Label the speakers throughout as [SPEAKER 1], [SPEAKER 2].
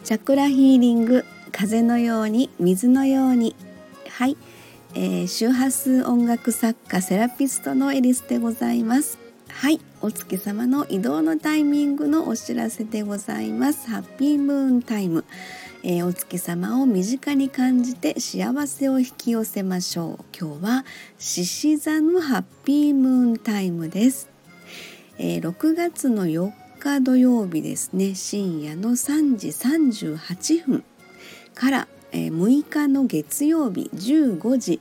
[SPEAKER 1] チャクラヒーリング、風のように水のように。はい、周波数音楽作家セラピストのエリスでございます。はい、お月様の移動のタイミングのお知らせでございます。ハッピームーンタイム、お月様を身近に感じて幸せを引き寄せましょう。今日は獅子座のハッピームーンタイムです。6月の4日土曜日ですね、深夜の3時38分から、6日の月曜日15時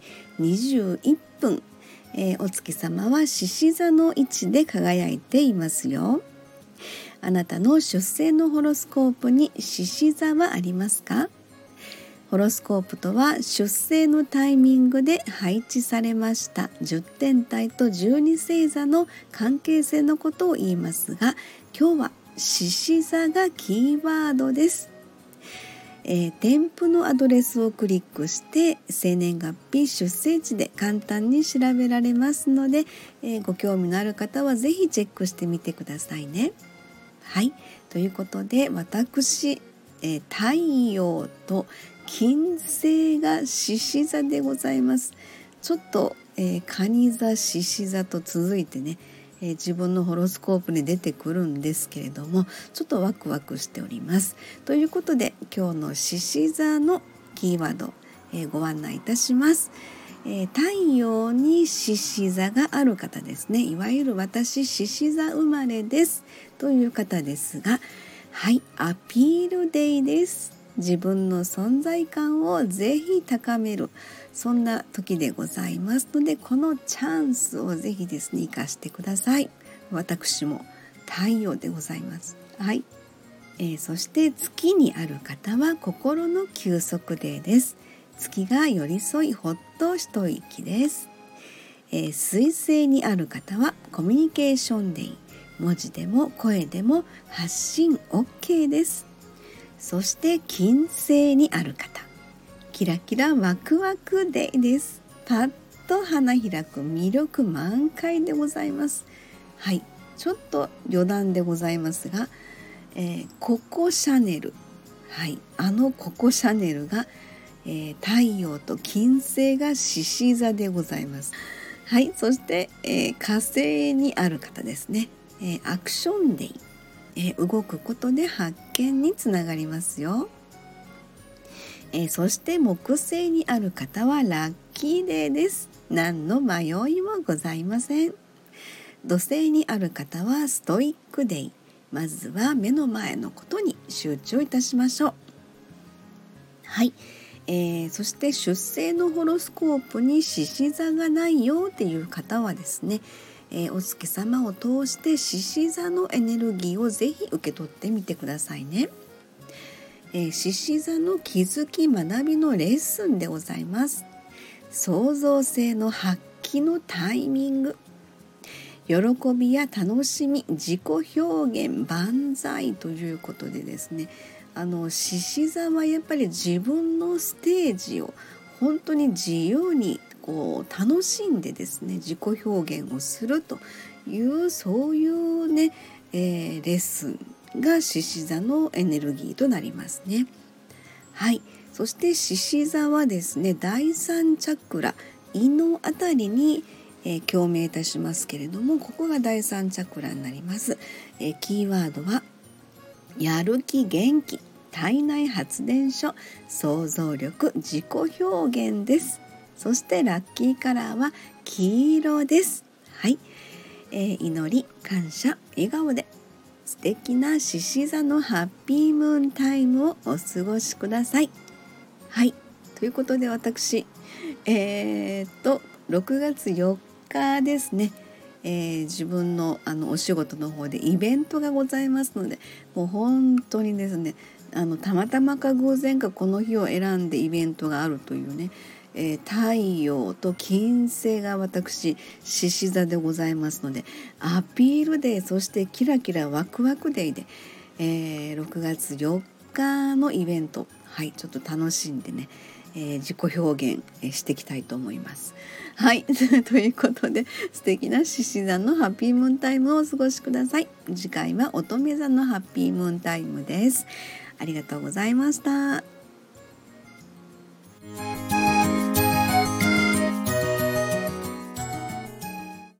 [SPEAKER 1] 21分、お月様は獅子座の位置で輝いていますよ。あなたの出生のホロスコープに獅子座はありますか？ホロスコープとは出生のタイミングで配置されました10天体と12星座の関係性のことを言いますが、今日は獅子座がキーワードです。添付のアドレスをクリックして生年月日出生地で簡単に調べられますので、ご興味のある方はぜひチェックしてみてくださいね。はい、ということで私、太陽と金星が獅子座でございます。ちょっと、蟹座獅子座と続いてね、自分のホロスコープに出てくるんですけれども、ちょっとワクワクしております。ということで今日の獅子座のキーワード、ご案内いたします。太陽に獅子座がある方ですね。いわゆる私獅子座生まれですという方ですが、はい、アピールデイです。自分の存在感をぜひ高める、そんな時でございますので、このチャンスをぜひですね生かしてください。私も太陽でございます。はい、そして月にある方は心の休息デーです。月が寄り添いほっと一息です。水星にある方はコミュニケーションデー、文字でも声でも発信 OK です。そして金星にある方、キラキラワクワクデーです。パッと花開く魅力満開でございます。はい、ちょっと余談でございますが、ココシャネル、はい、ココシャネルが、太陽と金星が獅子座でございます。はい、そして、火星にある方ですね、アクションデイ、動くことで発見につながりますよ。そして木星にある方はラッキーデーです。何の迷いもございません。土星にある方はストイックデイ、まずは目の前のことに集中いたしましょう。はい、そして出生のホロスコープに獅子座がないよっていう方はですね、お月様を通して獅子座のエネルギーをぜひ受け取ってみてくださいね。獅子座の気づき学びのレッスンでございます。創造性の発揮のタイミング、喜びや楽しみ、自己表現万歳ということでですね、獅子座はやっぱり自分のステージを本当に自由に楽しんでですね、自己表現をするというそういうね、レッスンが獅子座のエネルギーとなりますね。はい、そして獅子座はですね、第三チャクラ胃のあたりに、共鳴いたしますけれども、ここが第三チャクラになります。キーワードはやる気、元気、体内発電所、想像力、自己表現です。そしてラッキーカラーは黄色です。はい、祈り、感謝、笑顔で素敵な獅子座のハッピームーンタイムをお過ごしください。はい、ということで私、6月4日ですね、自分のお仕事の方でイベントがございますので、もう本当にですね、たまたまか偶然かこの日を選んでイベントがあるというね、太陽と金星が私獅子座でございますので、アピールデー、そしてキラキラワクワクデーで、6月4日のイベント、はい、ちょっと楽しんでね、 自己表現していきたいと思います。はいということで、素敵な獅子座のハッピームーンタイムをお過ごしください。次回は乙女座のハッピームーンタイムです。ありがとうございました。